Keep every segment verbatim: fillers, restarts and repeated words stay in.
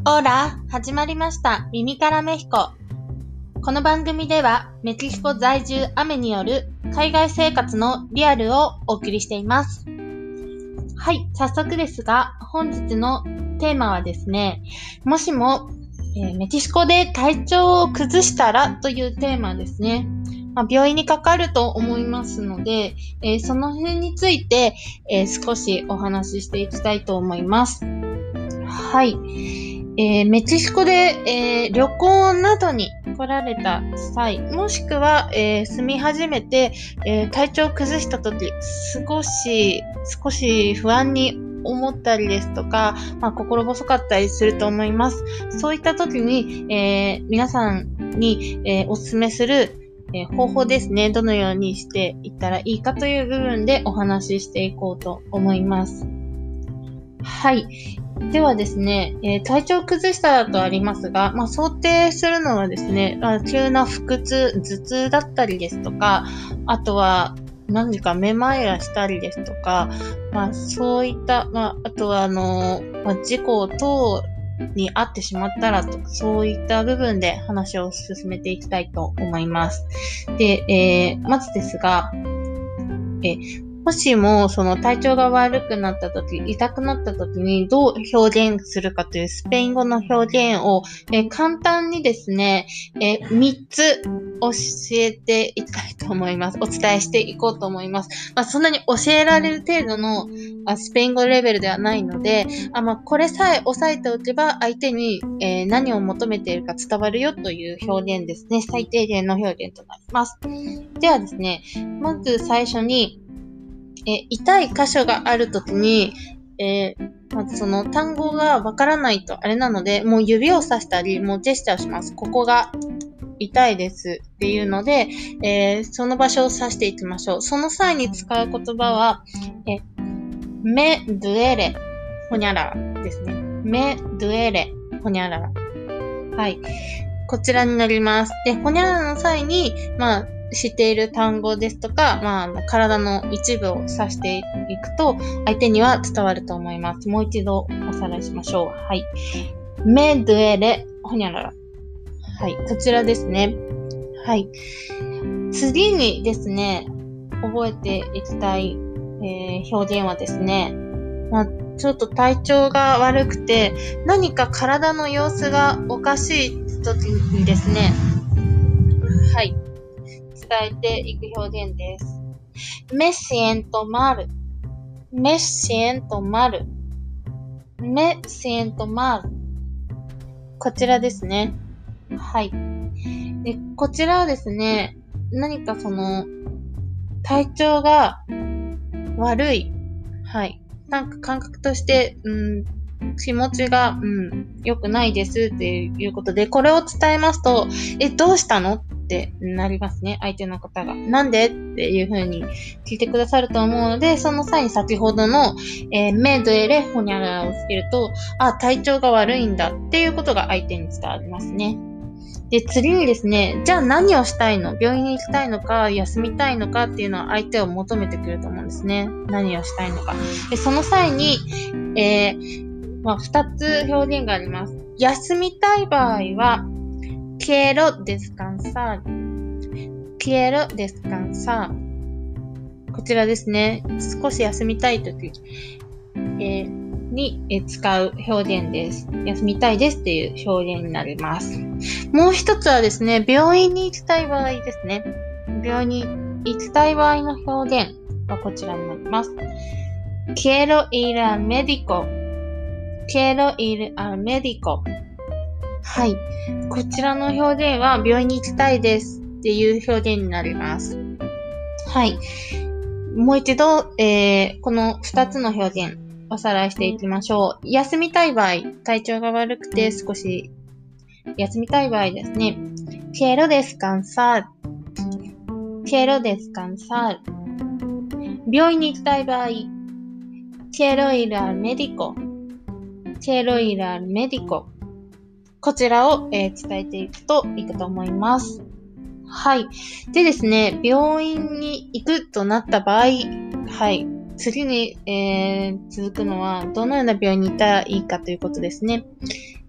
オーラ、始まりました。耳からメヒコ。この番組では、メキシコ在住アメによる海外生活のリアルをお送りしています。はい、早速ですが、本日のテーマはですね、もしも、えー、メキシコで体調を崩したらというテーマですね。まあ、病院にかかると思いますので、えー、その辺について、えー、少しお話ししていきたいと思います。はい。えー、メキシコで、えー、旅行などに来られた際、もしくは、えー、住み始めて、えー、体調を崩したとき、少し、少し不安に思ったりですとか、まあ、心細かったりすると思います。そういったときに、えー、皆さんに、えー、お勧めする、えー、方法ですね。どのようにしていったらいいかという部分でお話ししていこうと思います。はい。ではですね、えー、体調崩したとありますが、まあ、想定するのはですね、あ急な腹痛、頭痛だったりですとか、あとは何かめまいがしたりですとか、まあ、そういった、まあ、あとはあの、まあ、事故等に遭ってしまったらとか、そういった部分で話を進めていきたいと思います。で、えー、まずですが、えーもしもその体調が悪くなった時、痛くなった時にどう表現するかというスペイン語の表現を、えー、簡単にですね、えー、みっつ教えていきたいと思います。お伝えしていこうと思います。まあ、そんなに教えられる程度のあスペイン語レベルではないので、あまあ、これさえ押さえておけば相手に、えー、何を求めているか伝わるよという表現ですね。最低限の表現となります。ではですね、まず最初にえ痛い箇所があるときに、えー、まずその単語がわからないとあれなので、もう指をさしたり、もうジェスチャーします。ここが痛いですっていうので、えー、その場所を指していきましょう。その際に使う言葉は、え、me duele, ほにゃららですね。me duele, ほにゃらら。はい。こちらになります。で、ほにゃららの際に、まあ、知っている単語ですとか、まあ、体の一部を指していくと、相手には伝わると思います。もう一度おさらいしましょう。はい。me duele, ほにゃらら。はい。こちらですね。はい。次にですね、覚えていきたい、えー、表現はですね、まあ、ちょっと体調が悪くて、何か体の様子がおかしい時にですね、はい。伝えていく表現です。me siento mal, me siento mal, me siento mal こちらですね。はい。で、こちらはですね、何かその、体調が悪い。はい。なんか感覚として、うん、気持ちが、うん、良くないですっていうことで、これを伝えますと、え、どうしたのってなりますね。相手の方が。なんでっていう風に聞いてくださると思うので、その際に先ほどの、えー、メドエレホニャラをつけると、あ、体調が悪いんだっていうことが相手に伝わりますね。で、次にですね、じゃあ何をしたいの？病院に行きたいのか、休みたいのかっていうのは相手を求めてくると思うんですね。何をしたいのか。で、その際に、えー、まあ、二つ表現があります。休みたい場合は、quiero descansar。quiero descansar。こちらですね。少し休みたいとき、えーに使う表現です。休みたいですっていう表現になります。もう一つはですね、病院に行きたい場合ですね。病院に行きたい場合の表現はこちらになります。Quiero ir al médico. Quiero ir al médico. はい。こちらの表現は病院に行きたいですっていう表現になります。はい。もう一度、えー、この二つの表現おさらいしていきましょう。休みたい場合、体調が悪くて少し休みたい場合ですね。Quiero descansar. Quiero descansar. 病院に行きたい場合、Quiero ir al médico. Quiero ir al médico. こちらを、えー、伝えていくといいかと思います。はい。でですね、病院に行くとなった場合、はい。次に、えー、続くのは、どのような病院に行ったらいいかということですね。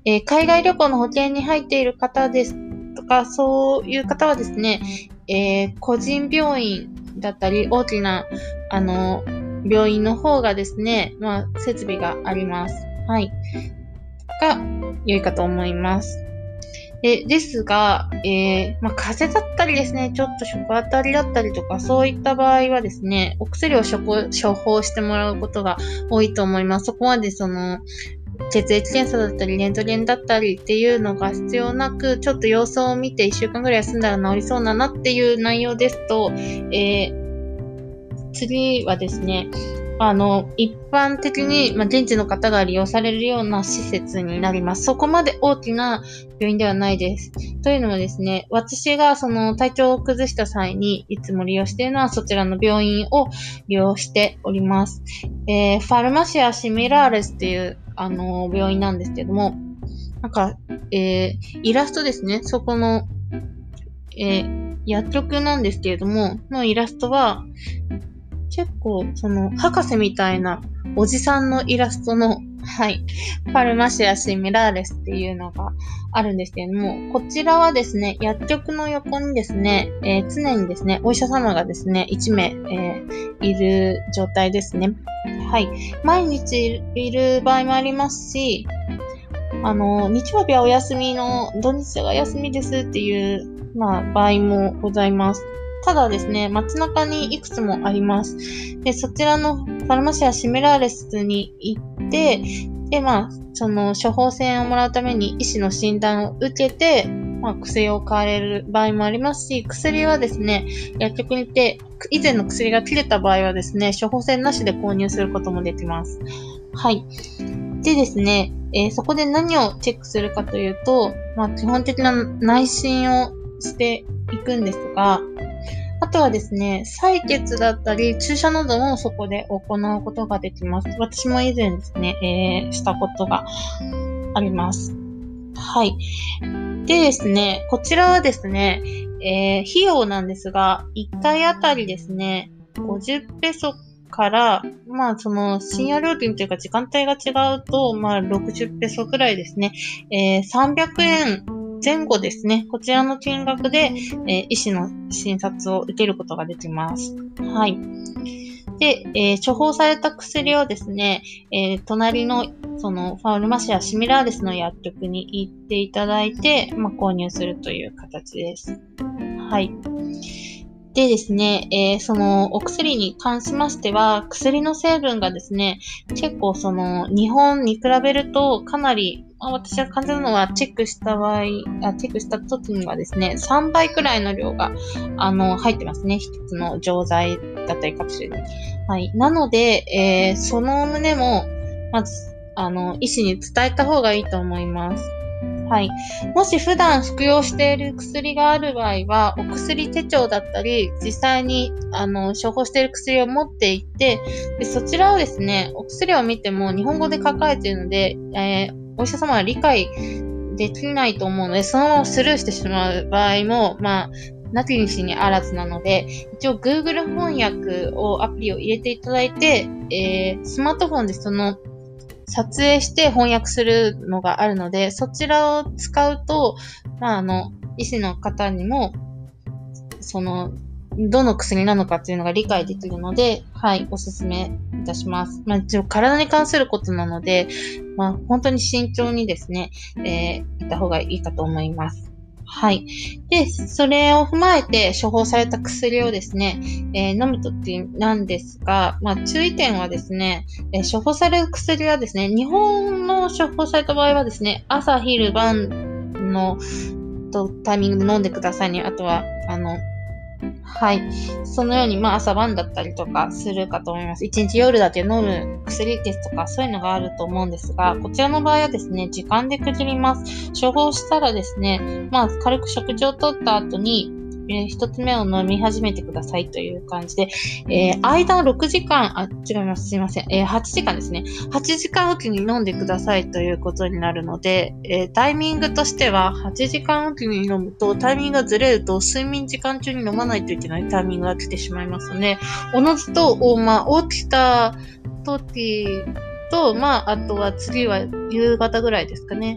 えー海外旅行の保険に入っている方ですとか、そういう方はですね、えー個人病院だったり、大きな、あの、病院の方がですね、まあ、設備があります。はい。が、良いかと思います。で、ですが、えー、まあ、風邪だったりですね、ちょっと食当たりだったりとか、そういった場合はですね、お薬を処方処方してもらうことが多いと思います。そこまでその、血液検査だったり、レントゲンだったりっていうのが必要なく、ちょっと様子を見ていっしゅうかんぐらい休んだら治りそうだなっていう内容ですと、えー、次はですね、あの、一般的に、まあ、現地の方が利用されるような施設になります。そこまで大きな病院ではないです。というのもですね、私がその体調を崩した際にいつも利用しているのはそちらの病院を利用しております。えー、ファルマシア・シミラーレスっていうあの病院なんですけども、なんか、えー、イラストですね、そこの、えー、薬局なんですけれども、のイラストは、結構、その、博士みたいなおじさんのイラストの、はい、ファルマシア・シミラーレスっていうのがあるんですけれども、こちらはですね、薬局の横にですね、えー、常にですね、お医者様がですね、いちめい、えー、いる状態ですね。はい。毎日いる場合もありますし、あの、日曜日はお休みの、土日が休みですっていう、まあ、場合もございます。ただですね、街中にいくつもあります。で、そちらのファルマシア・シミラーレスに行って、で、まあ、その処方箋をもらうために医師の診断を受けて、まあ、薬を買われる場合もありますし、薬はですね、薬局に行って、以前の薬が切れた場合はですね、処方箋なしで購入することもできます。はい。でですね、えー、そこで何をチェックするかというと、まあ、基本的な内診をしていくんですが、あとはですね、採血だったり、注射などもそこで行うことができます。私も以前ですね、えー、したことがあります。はい。でですね、こちらはですね、えー、費用なんですが、いっかいあたりですね、ごじゅうペソから、まあ、その、深夜料金というか時間帯が違うと、まあ、ろくじゅうペソくらいですね、えー、さんびゃくえん前後ですね。こちらの金額で、えー、医師の診察を受けることができます。はい。で、えー、処方された薬をですね、えー、隣のそのファルマシア・シミラーレスの薬局に行っていただいて、まあ、購入するという形です。はい。でですね、えー、そのお薬に関しましては、薬の成分がですね、結構その日本に比べるとかなり、まあ、私が感じるのはチェックした場合、あチェックした時にはですね、さんばいくらいの量があの入ってますね。一つの錠剤だったりカプセルに。はい。なので、えー、その旨も、まず、あの、医師に伝えた方がいいと思います。はい。もし普段服用している薬がある場合は、お薬手帳だったり、実際に、あの、処方している薬を持っていって、でそちらをですね、お薬を見ても日本語で書かれているので、えー、お医者様は理解できないと思うので、そのままスルーしてしまう場合も、まあ、なきにしにあらずなので、一応 Google 翻訳をアプリを入れていただいて、えー、スマートフォンでその撮影して翻訳するのがあるので、そちらを使うと、まあ、あの、医師の方にも、その、どの薬なのかっていうのが理解できるので、はい、おすすめいたします。まあ、一応体に関することなので、まあ、本当に慎重にですね、えー、いった方がいいかと思います。はい。で、それを踏まえて処方された薬をですね、えー、飲むときなんですが、まあ、注意点はですね、えー、処方される薬はですね、日本の処方された場合はですね、朝、昼、晩のとタイミングで飲んでくださいね。あとは、あの、はい。そのように、まあ、朝晩だったりとかするかと思います。一日夜だけ飲む薬ですとか、そういうのがあると思うんですが、こちらの場合はですね、時間で区切ります。処方したらですね、まあ、軽く食事をとった後に、えー、一つ目を飲み始めてくださいという感じで、えー、間ろくじかん、あ、違います。すいません。えー、はちじかんですね。はちじかんおきに飲んでくださいということになるので、えー、タイミングとしては、はちじかんおきに飲むと、タイミングがずれると、睡眠時間中に飲まないといけないタイミングが来てしまいますので、おのずと、まあ、起きた時と、まあ、あとは次は夕方ぐらいですかね。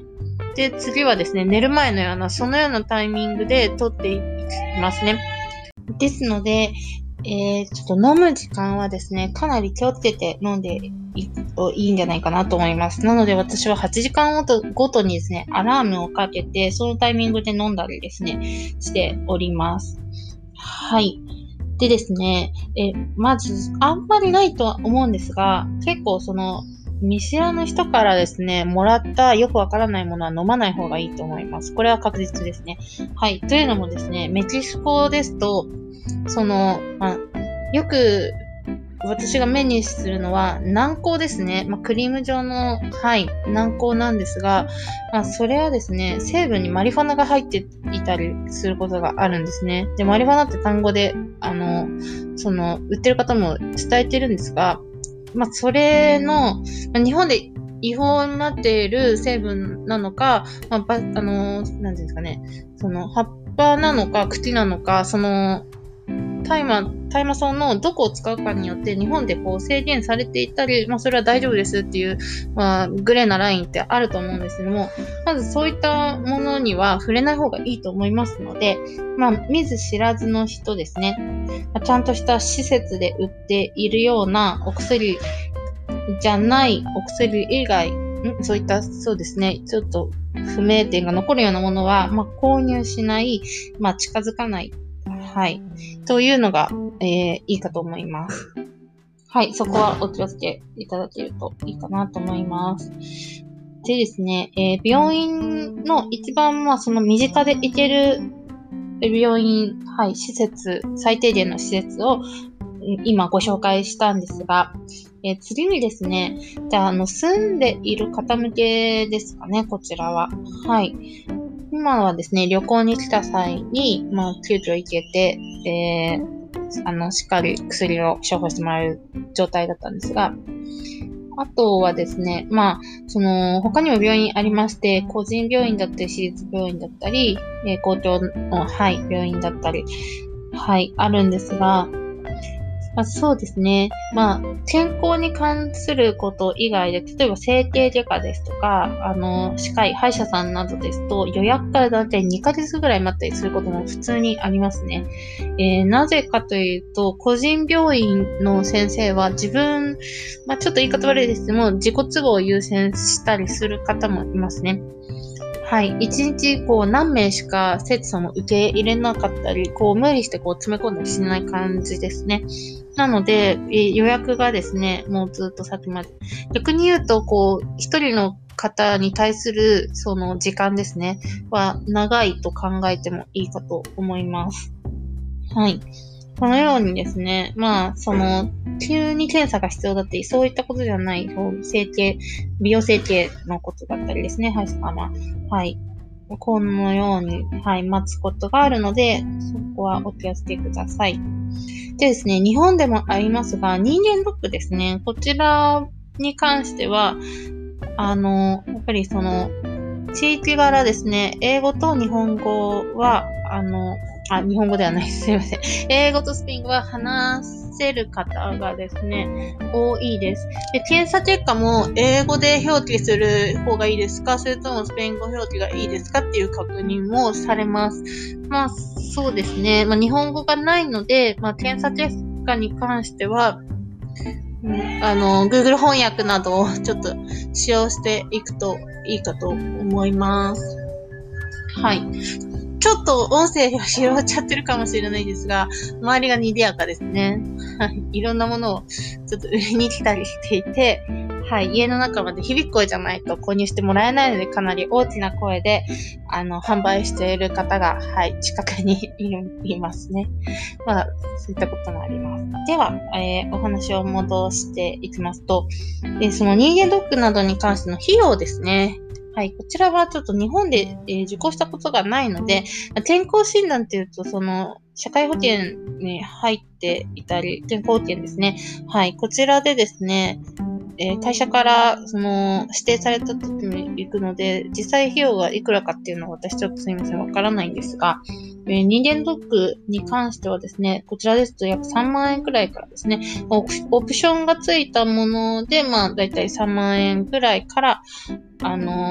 で、次はですね、寝る前のような、そのようなタイミングで取っていきますね。ですので、えー、ちょっと飲む時間はですね、かなり気をつけて飲んでいくといいんじゃないかなと思います。なので私ははちじかんごとにですね、アラームをかけて、そのタイミングで飲んだりですね、しております。はい。でですね、え、まず、あんまりないとは思うんですが、結構その、見知らぬ人からですね、もらったよくわからないものは飲まない方がいいと思います。これは確実ですね。はい。というのもですね、メキシコですと、その、まあ、よく私が目にするのは軟膏ですね。まあ、クリーム状の、はい、軟膏なんですが、まあ、それはですね、成分にマリファナが入っていたりすることがあるんですね。で、マリファナって単語で、あの、その、売ってる方も伝えてるんですが、まあ、それの、まあ、日本で違法になっている成分なのか、まあ、ば、あの、なんていうんですかね、その、葉っぱなのか、茎なのか、その、大麻、大麻草のどこを使うかによって日本でこう制限されていたり、まあそれは大丈夫ですっていう、まあグレーなラインってあると思うんですけども、まずそういったものには触れない方がいいと思いますので、まあ見ず知らずの人ですね、まあ、ちゃんとした施設で売っているようなお薬じゃないお薬以外、んそういった、そうですね、ちょっと不明点が残るようなものは、まあ購入しない、まあ近づかない。はい。というのが、えー、いいかと思います。はい。そこはお気をつけいただけるといいかなと思います。でですね、えー、病院の一番、まあ、その身近で行ける病院、はい、施設、最低限の施設を今ご紹介したんですが、えー、次にですね、じゃあ、あの、住んでいる方向けですかね、こちらは。はい。今はですね、旅行に来た際に、まあ、急遽行けて、えー、あの、しっかり薬を処方してもらえる状態だったんですが、あとはですね、まあ、その、他にも病院ありまして、個人病院だったり、私立病院だったり、えー、公共の、はい、病院だったり、はい、あるんですが、まあ、そうですね。まあ、健康に関すること以外で、例えば整形外科ですとか、あの、歯科医、歯医者さんなどですと、予約からだいたいにかげつぐらい待ったりすることも普通にありますね。えー、なぜかというと、個人病院の先生は自分、まあ、ちょっと言い方悪いですけども、自己都合を優先したりする方もいますね。はい。一日、こう、何名しか生徒さんも受け入れなかったり、こう、無理してこう、詰め込んだりしない感じですね。なので、え予約がですね、もうずっと先まで。逆に言うと、こう、一人の方に対する、その時間ですね、は長いと考えてもいいかと思います。はい。このようにですね、まあ、その、急に検査が必要だったり、そういったことじゃない、整形、美容整形のことだったりですね、はい、あまあ、はい。このように、はい、待つことがあるので、そこはお気をつけください。でですね、日本でもありますが、人間ドックですね、こちらに関しては、あの、やっぱりその、地域柄ですね、英語と日本語は、あの、あ、日本語ではないです。すいません。英語とスペイン語は話せる方がですね、多いです。で、検査結果も英語で表記する方がいいですか、それともスペイン語表記がいいですかっていう確認もされます。まあ、そうですね。まあ、日本語がないので、まあ、検査結果に関しては、あの、Google 翻訳などをちょっと使用していくといいかと思います。はい。ちょっと音声が拾っちゃってるかもしれないですが、周りが賑やかですね。はい。いろんなものをちょっと売りに来たりしていて、はい。家の中まで響く声じゃないと購入してもらえないので、かなり大きな声で、あの、販売している方が、はい、近くにいますね。まあ、そういったこともあります。では、えー、お話を戻していきますと、えー、その人間ドックなどに関しての費用ですね。はい。こちらはちょっと日本で、えー、受講したことがないので、健康診断っていうと、その、社会保険に入っていたり、健康保険ですね。はい。こちらでですね、えー、会社から、その、指定された時に行くので、実際費用がいくらかっていうのは私ちょっとすみません、わからないんですが、えー、人間ドックに関してはですね、こちらですと約さんまんえんくらいからですね、オプ、オプションがついたもので、まあ、だいたいさんまんえんくらいから、あの、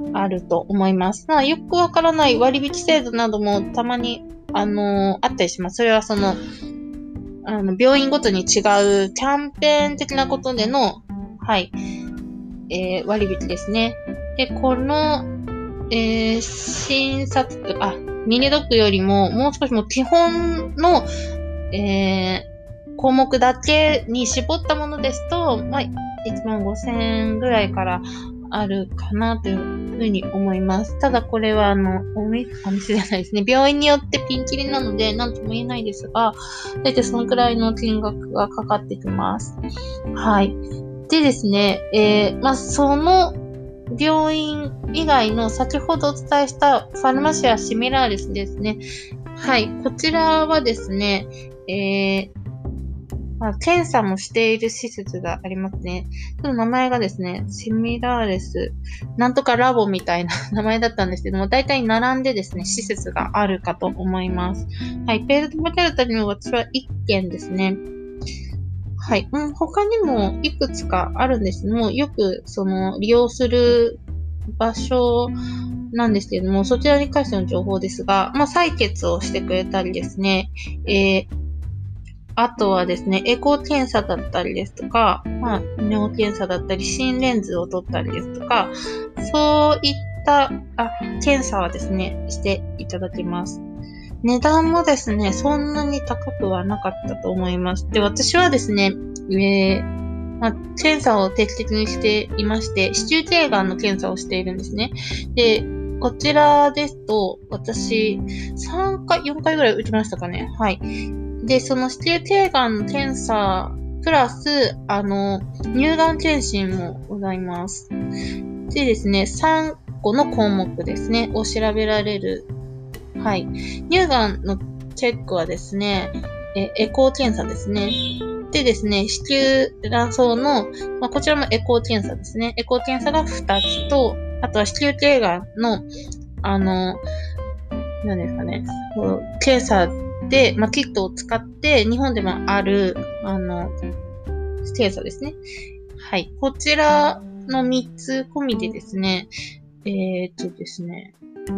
あると思います。まあ、よくわからない割引制度などもたまに、あのーあったりします。それはその、あの、病院ごとに違うキャンペーン的なことでの、はい、えー、割引ですね。で、この、えー、診察、あ、ミニドッグよりも、もう少しも基本の、えー、項目だけに絞ったものですと、まあ、いちまんごせんえんぐらいからあるかなというふうに思います。ただこれはあの、お店、お店じゃないですね。病院によってピンキリなので何とも言えないですが、だいたいそのくらいの金額がかかってきます。はい。でですね、えー、まあ、その病院以外の先ほどお伝えしたファルマシアシミラーレスですね。はい。こちらはですね、えー、まあ、検査もしている施設がありますね。その名前がですね、シミラーレス、なんとかラボみたいな名前だったんですけども、大体並んでですね、施設があるかと思います。はい。ペールトマキャルタにも私はいっけんですね。はい。うん、他にもいくつかあるんですけども、よくその利用する場所なんですけれども、そちらに関しての情報ですが、まあ、採血をしてくれたりですね、えー、あとはですね、エコー検査だったりですとか、まあ、尿検査だったり、心レンズを取ったりですとか、そういったあ検査はですね、していただきます。値段もですね、そんなに高くはなかったと思います。で、私はですね、えーまあ、検査を定期的にしていまして、子宮頸がんの検査をしているんですね。で、こちらですと、私、さんかい、よんかいぐらい受けましたかね。はい。で、その子宮頸がんの検査、プラス、あの、乳がん検診もございます。でですね、さんこの項目ですね、を調べられる。はい。乳がんのチェックはですね、えエコー検査ですね。でですね、子宮卵巣の、まあ、こちらもエコー検査ですね。エコー検査がふたつと、あとは子宮頸がんの、あの、何ですかね、検査で、まあ、キットを使って、日本でもある、あの、検査ですね。はい。こちらのみっつ込みでですね、えー、っとですね、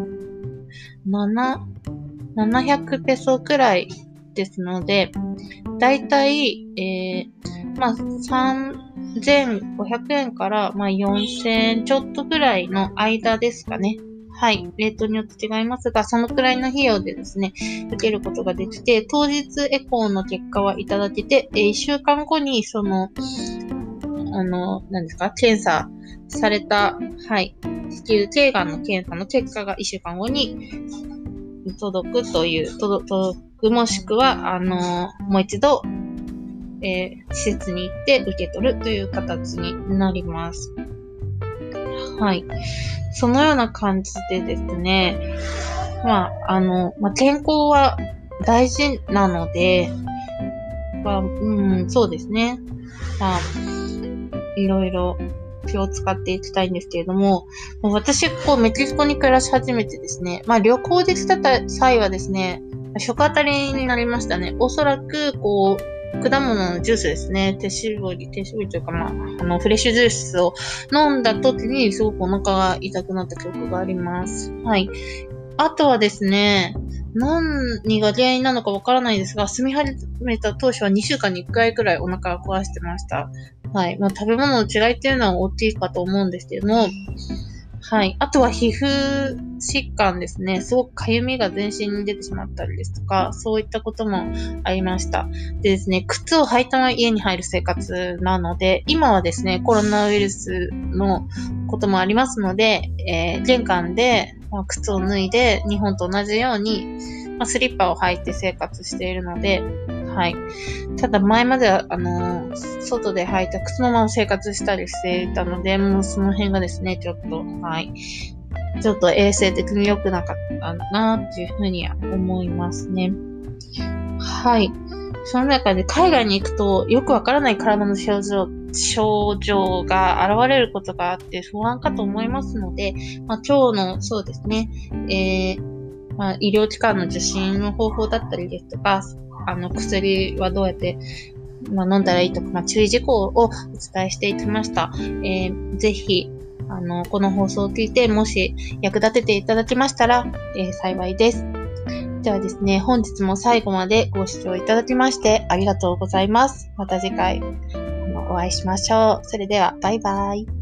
ななひゃくペソくらいですので、だいたい、えー、まあ、さんぜんごひゃくえんから、まあ、よんせんえんちょっとくらいの間ですかね。はい。レートによって違いますが、そのくらいの費用でですね、受けることができて、当日エコーの結果はいただけて、えー、いっしゅうかんごに、その、あの、何ですか、検査された、はい、子宮頸がんの検査の結果がいっしゅうかんごに届くという、届くもしくは、あの、もう一度、えー、施設に行って受け取るという形になります。はい。そのような感じでですね、まあ、あの、まあ、健康は大事なので、まあ、うん、そうですね。まあ、いろいろ気を使っていきたいんですけれども、もう私、こう、メキシコに暮らし始めてですね、まあ、旅行で来た際はですね、食当たりになりましたね。おそらく、こう、果物のジュースですね。手絞り、手絞りというか、まあ、あの、フレッシュジュースを飲んだ時に、すごくお腹が痛くなった記憶があります。はい。あとはですね、何が原因なのかわからないですが、住み始めた当初はにしゅうかんにいっかいくらいお腹を壊してました。はい。まあ、食べ物の違いっていうのは大きいかと思うんですけども、はい。あとは皮膚疾患ですね。すごくかゆみが全身に出てしまったりですとか、そういったこともありました。でですね、靴を履いたまま家に入る生活なので、今はですね、コロナウイルスのこともありますので、えー、玄関で、まあ、靴を脱いで、日本と同じように、まあ、スリッパを履いて生活しているので、はい。ただ前までは、あのー、外で履いた靴のまま生活したりしていたので、もうその辺がですね、ちょっと、はい。ちょっと衛生的に良くなかったなっていうふうには思いますね。はい。その中で海外に行くとよくわからない体の症状、症状が現れることがあって不安かと思いますので、まあ、今日のそうですね、えーまあ、医療機関の受診の方法だったりですとか、あの薬はどうやってまあ、飲んだらいいとか、まあ、注意事項をお伝えしていきました。えー、ぜひ、あの、この放送を聞いて、もし役立てていただけましたら、えー、幸いです。ではですね、本日も最後までご視聴いただきましてありがとうございます。また次回、あの、お会いしましょう。それでは、バイバイ。